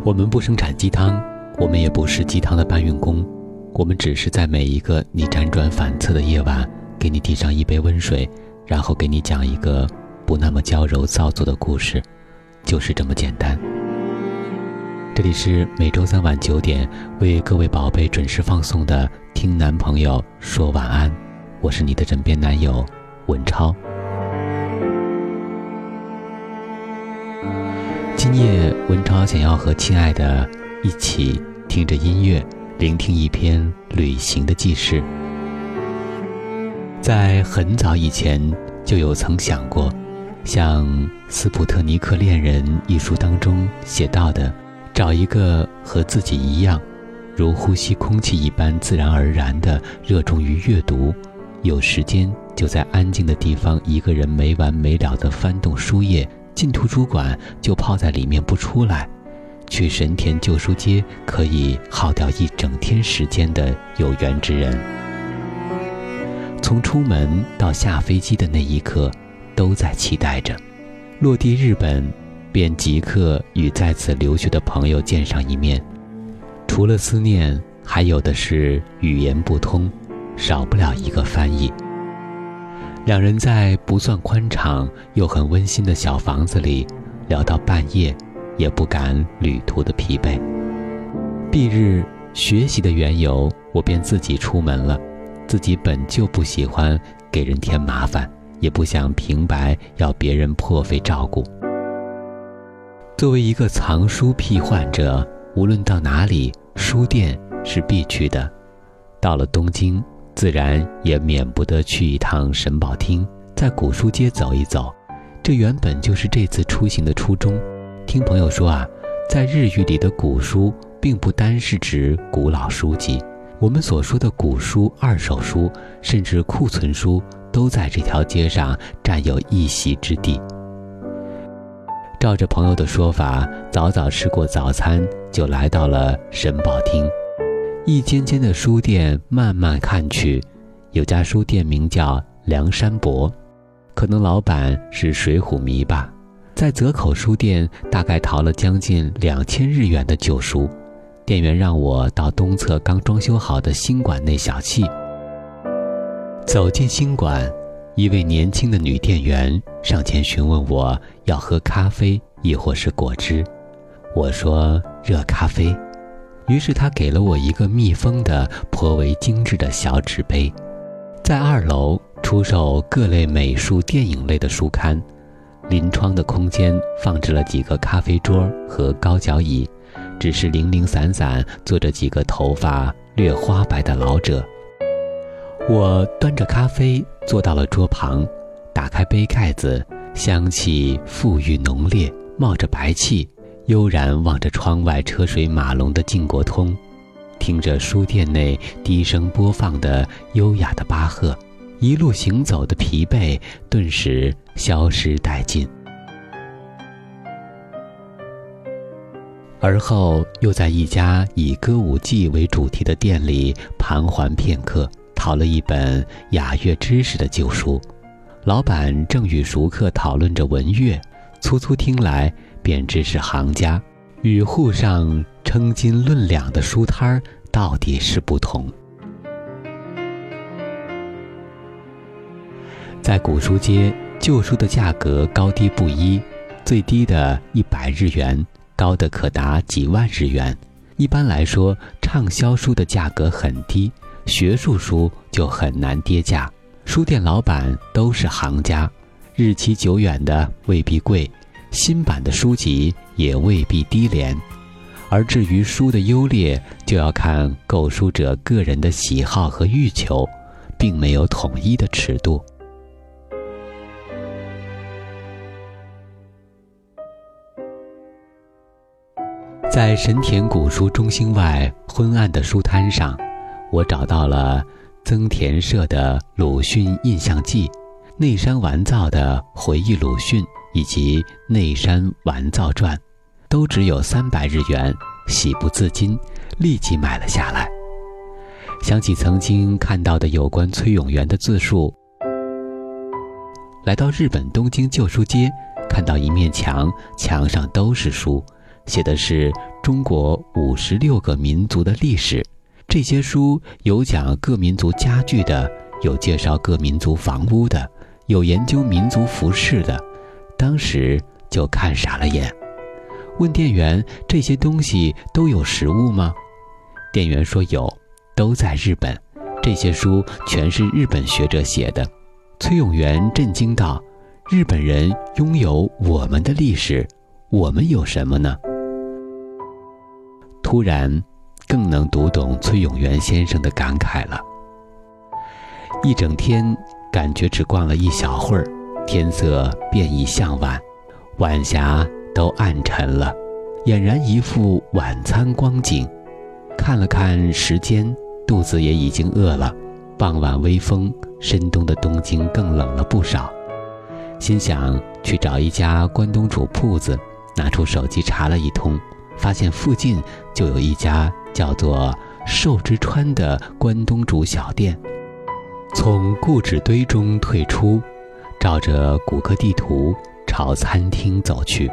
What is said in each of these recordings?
我们不生产鸡汤，我们也不是鸡汤的搬运工，我们只是在每一个你辗转反侧的夜晚，给你递上一杯温水，然后给你讲一个不那么娇柔造作的故事，就是这么简单。这里是每周三晚9点为各位宝贝准时放送的听男朋友说晚安，我是你的枕边男友文超。今夜文超想要和亲爱的一起听着音乐，聆听一篇旅行的记事。在很早以前就有曾想过，像斯普特尼克恋人一书当中写到的，找一个和自己一样如呼吸空气一般自然而然地热衷于阅读，有时间就在安静的地方一个人没完没了地翻动书页，进图书馆就泡在里面不出来，去神田旧书街可以耗掉一整天时间的有缘之人。从出门到下飞机的那一刻，都在期待着落地日本，便即刻与在此留学的朋友见上一面。除了思念，还有的是语言不通，少不了一个翻译。两人在不算宽敞又很温馨的小房子里聊到半夜，也不感旅途的疲惫。翌日学习的缘由，我便自己出门了。自己本就不喜欢给人添麻烦，也不想平白要别人破费照顾。作为一个藏书癖患者，无论到哪里，书店是必去的。到了东京，自然也免不得去一趟神保町，在古书街走一走。这原本就是这次出行的初衷。听朋友说在日语里的古书并不单是指古老书籍，我们所说的古书、二手书，甚至库存书，都在这条街上占有一席之地。照着朋友的说法，早早吃过早餐，就来到了神保町。一间间的书店慢慢看去，有家书店名叫梁山伯，可能老板是水浒迷吧。在泽口书店大概淘了将近2000日元的旧书，店员让我到东侧刚装修好的新馆内小憩。走进新馆，一位年轻的女店员上前询问我要喝咖啡亦或是果汁，我说热咖啡。于是她给了我一个密封的颇为精致的小纸杯。在2楼出售各类美术电影类的书刊，临窗的空间放置了几个咖啡桌和高脚椅，只是零零散散坐着几个头发略花白的老者。我端着咖啡坐到了桌旁，打开杯盖子，香气馥郁浓烈，冒着白气，悠然望着窗外车水马龙的靖国通，听着书店内低声播放的优雅的巴赫，一路行走的疲惫顿时消失殆尽。而后又在一家以歌舞伎为主题的店里盘桓片刻，淘了一本雅乐知识的旧书。老板正与熟客讨论着文乐，粗粗听来便知是行家，与沪上称斤论两的书摊儿到底是不同。在古书街，旧书的价格高低不一，最低的100日元，高的可达几万日元。一般来说，畅销书的价格很低，学术书就很难跌价。书店老板都是行家，日期久远的未必贵，新版的书籍也未必低廉。而至于书的优劣，就要看购书者个人的喜好和欲求，并没有统一的尺度。在神田古书中心外昏暗的书摊上，我找到了增田社的鲁迅印象记、内山丸造的回忆鲁迅以及内山丸造传，都只有300日元，喜不自禁，立即买了下来。想起曾经看到的有关崔永元的自述，来到日本东京旧书街，看到一面墙，墙上都是书， 写的是中国56个民族的历史。这些书有讲各民族家具的，有介绍各民族房屋的，有研究民族服饰的。当时就看傻了眼，问店员这些东西都有实物吗？店员说有，都在日本，这些书全是日本学者写的。崔永元震惊道，日本人拥有我们的历史，我们有什么呢？突然更能读懂崔永元先生的感慨了。一整天感觉只逛了一小会儿，天色便已向晚，晚霞都暗沉了，俨然一副晚餐光景。看了看时间，肚子也已经饿了。傍晚微风，深冬的东京更冷了不少。心想去找一家关东煮铺子，拿出手机查了一通，发现附近就有一家叫做寿之川的关东煮小店。从固执堆中退出，照着谷歌地图朝餐厅走去。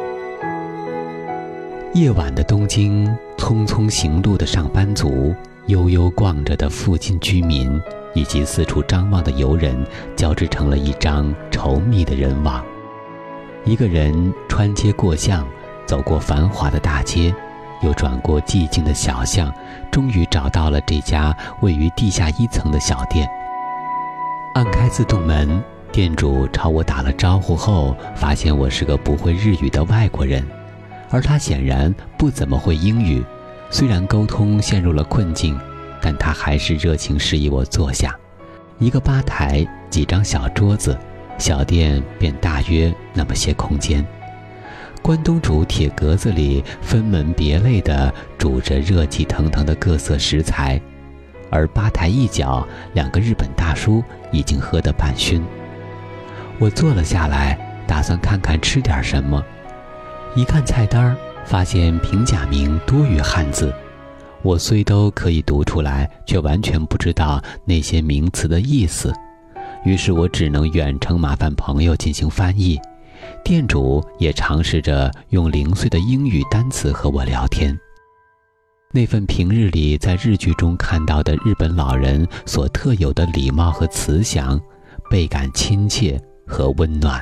夜晚的东京，匆匆行路的上班族，悠悠逛着的附近居民，以及四处张望的游人，交织成了一张稠密的人网。一个人穿街过巷，走过繁华的大街，又转过寂静的小巷，终于找到了这家位于地下1层的小店。按开自动门，店主朝我打了招呼后，发现我是个不会日语的外国人，而他显然不怎么会英语。虽然沟通陷入了困境，但他还是热情示意我坐下。一个吧台，几张小桌子，小店便大约那么些空间。关东煮铁格子里分门别类地煮着热气腾腾的各色食材，而吧台一角2个日本大叔已经喝得半醺。我坐了下来，打算看看吃点什么。一看菜单，发现平假名多于汉字，我虽都可以读出来，却完全不知道那些名词的意思。于是我只能远程麻烦朋友进行翻译。店主也尝试着用零碎的英语单词和我聊天。那份平日里在日剧中看到的日本老人所特有的礼貌和慈祥，倍感亲切和温暖。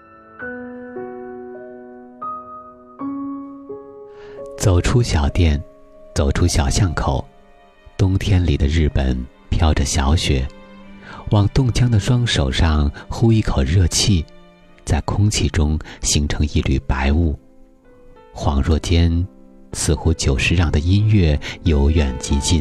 走出小店，走出小巷口，冬天里的日本飘着小雪，往冻僵的双手上呼一口热气，在空气中形成一缕白雾。恍若间，似乎久石让的音乐由远及近。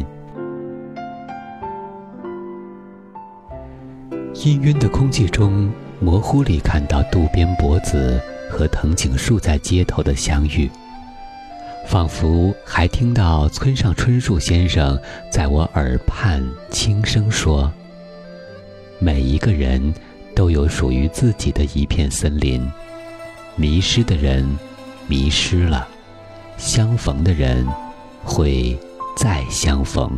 氤氲的空气中，模糊里看到渡边博子和藤井树在街头的相遇，仿佛还听到村上春树先生在我耳畔轻声说：每一个人都有属于自己的一片森林，迷失的人迷失了，相逢的人会再相逢。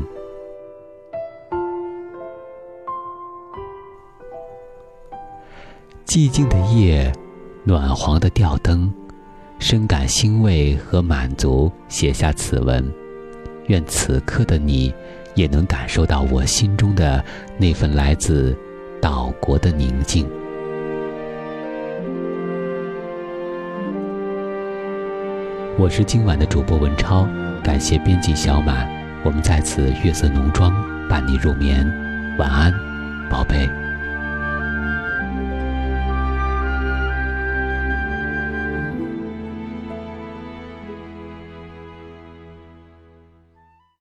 寂静的夜，暖黄的吊灯，深感欣慰和满足，写下此文。愿此刻的你也能感受到我心中的那份来自岛国的宁静。我是今晚的主播文超，感谢编辑小满，我们在此月色浓妆伴你入眠，晚安，宝贝。